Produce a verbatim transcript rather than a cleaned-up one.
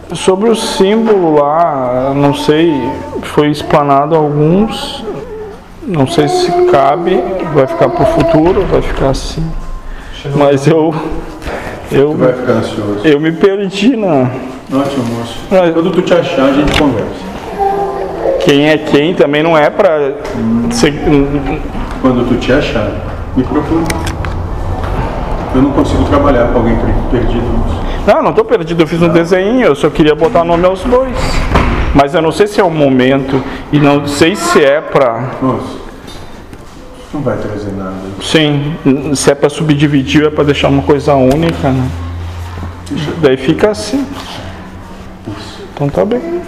Sobre o símbolo lá, não sei, foi explanado alguns, não sei se cabe, vai ficar pro futuro, vai ficar assim. Mas eu, eu, Tu vai ficar ansioso. eu me perdi na... Ótimo, moço. Mas- Quando tu te achar, a gente conversa. Quem é quem também não é pra ser... Quando tu te achar, me procura. Eu não consigo trabalhar com alguém perdido, moço. Não, não tô perdido, eu fiz um desenho, eu só queria botar nome aos dois. Mas eu não sei se é o momento e não sei se é pra... Moço, não vai trazer nada. Sim, se é pra subdividir ou é pra deixar uma coisa única, né? Daí fica assim. Então tá bem.